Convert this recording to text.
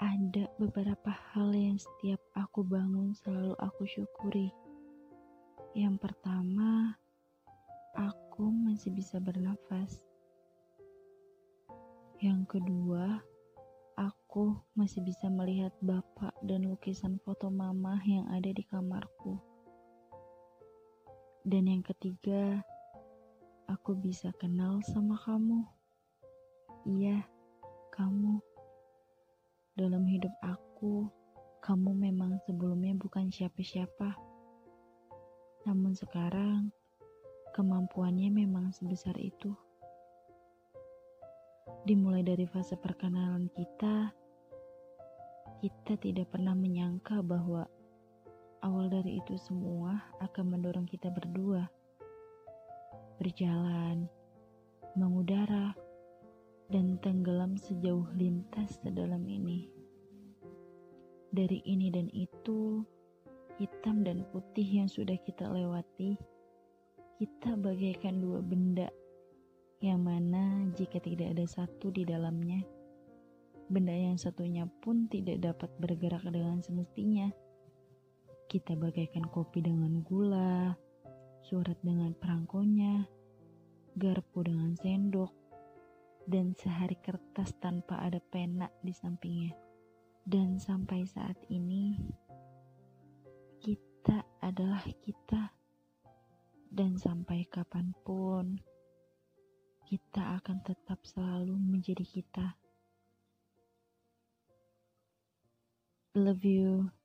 Ada beberapa hal yang setiap aku bangun selalu aku syukuri. Yang pertama, aku masih bisa bernafas. Yang kedua, aku masih bisa melihat bapak dan lukisan foto mama yang ada di kamarku. Dan yang ketiga, aku bisa kenal sama kamu. Iya, kamu. Dalam hidup aku, kamu memang sebelumnya bukan siapa-siapa. Namun sekarang, kemampuannya memang sebesar itu. Dimulai dari fase perkenalan kita tidak pernah menyangka bahwa awal dari itu semua akan mendorong kita berdua. Berjalan, mengudara, dan tenggelam sejauh lintas sedalam ini. Dari ini dan itu, hitam dan putih yang sudah kita lewati, kita bagaikan dua benda yang mana jika tidak ada satu di dalamnya, benda yang satunya pun tidak dapat bergerak dengan semestinya. Kita bagaikan kopi dengan gula, surat dengan perangkonya, garpu dengan sendok, dan sehari kertas tanpa ada pena di sampingnya. Dan sampai saat ini, kita adalah kita. Dan sampai kapanpun, kita akan tetap selalu menjadi kita. Love you.